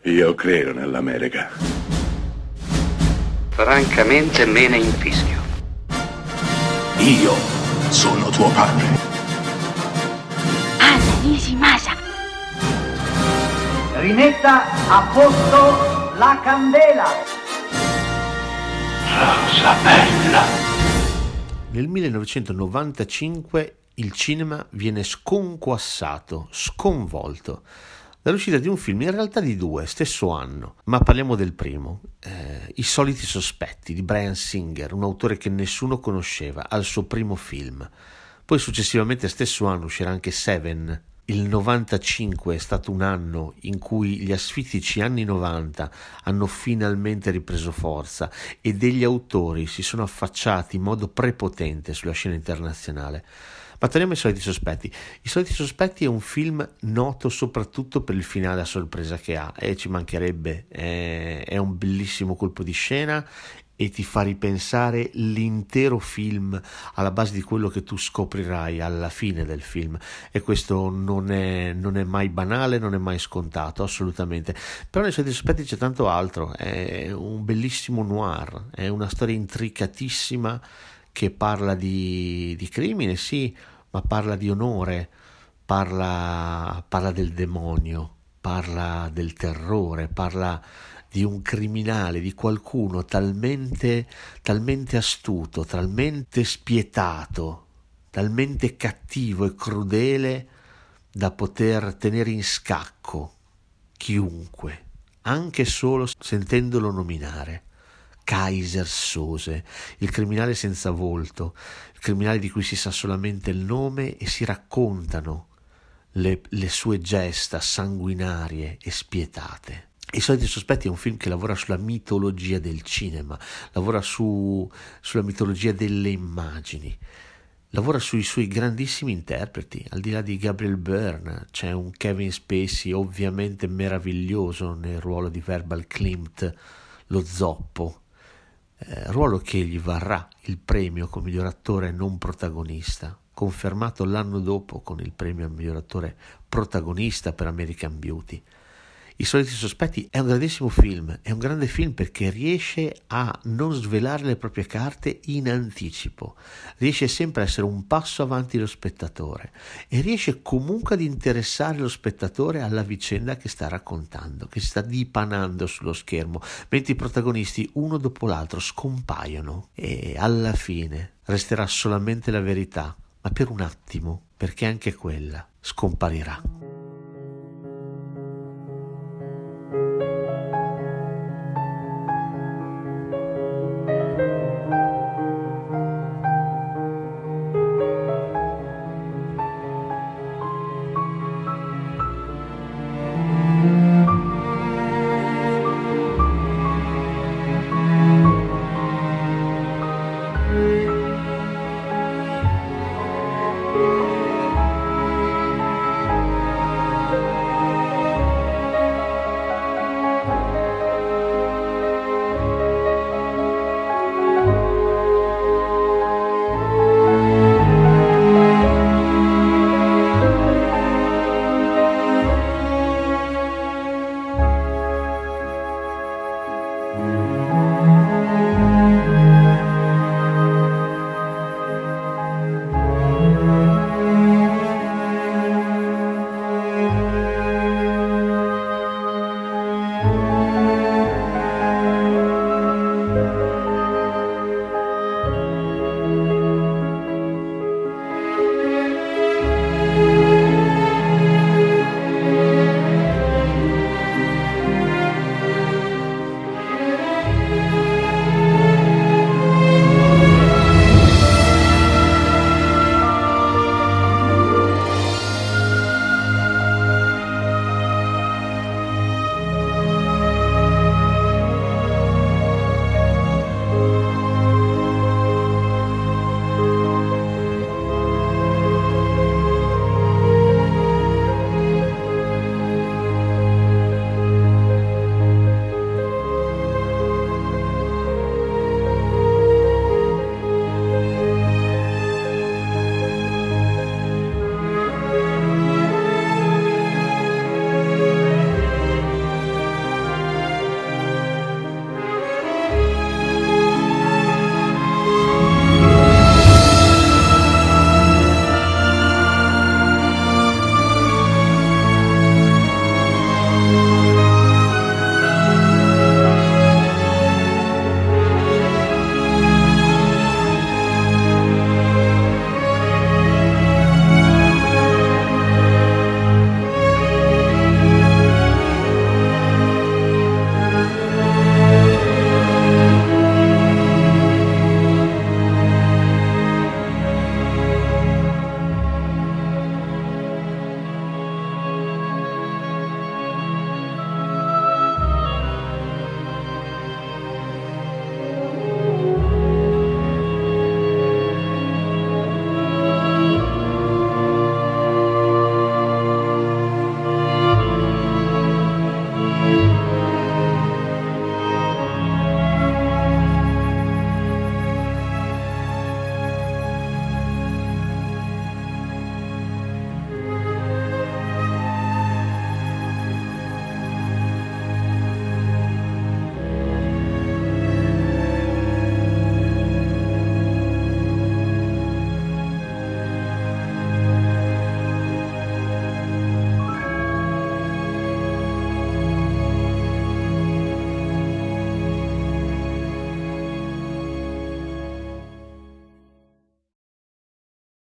Io credo nell'America. Francamente me ne infischio. Io sono tuo padre. Anna Nishimasa. Rimetta a posto la candela. Rosa bella. Nel 1995 il cinema viene sconquassato, sconvolto dall'uscita di un film, in realtà di due, stesso anno, ma parliamo del primo, I soliti sospetti di Bryan Singer, un autore che nessuno conosceva, al suo primo film. Poi successivamente stesso anno uscirà anche Seven. Il 95 è stato un anno in cui gli asfittici anni 90 hanno finalmente ripreso forza e degli autori si sono affacciati in modo prepotente sulla scena internazionale. Ma torniamo ai soliti sospetti. I soliti sospetti è un film noto soprattutto per il finale a sorpresa che ha, e ci mancherebbe, è un bellissimo colpo di scena e ti fa ripensare l'intero film alla base di quello che tu scoprirai alla fine del film, e questo non è mai banale, non è mai scontato, assolutamente. Però nei soliti sospetti c'è tanto altro, è un bellissimo noir, è una storia intricatissima che parla di crimine, sì, ma parla di onore, parla del demonio, parla del terrore, parla di un criminale, di qualcuno talmente astuto, talmente spietato, talmente cattivo e crudele da poter tenere in scacco chiunque, anche solo sentendolo nominare. Keyser Söze, il criminale senza volto, il criminale di cui si sa solamente il nome e si raccontano le sue gesta sanguinarie e spietate. I soliti sospetti è un film che lavora sulla mitologia del cinema, lavora sulla mitologia delle immagini, lavora sui suoi grandissimi interpreti. Al di là di Gabriel Byrne c'è un Kevin Spacey ovviamente meraviglioso nel ruolo di Verbal Klimт, lo zoppo, ruolo che gli varrà il premio come miglior attore non protagonista, confermato l'anno dopo con il premio al miglior attore protagonista per American Beauty. I soliti sospetti è un grandissimo film, è un grande film perché riesce a non svelare le proprie carte in anticipo, riesce sempre a essere un passo avanti lo spettatore e riesce comunque ad interessare lo spettatore alla vicenda che sta raccontando, che si sta dipanando sullo schermo, mentre i protagonisti uno dopo l'altro scompaiono e alla fine resterà solamente la verità, ma per un attimo, perché anche quella scomparirà.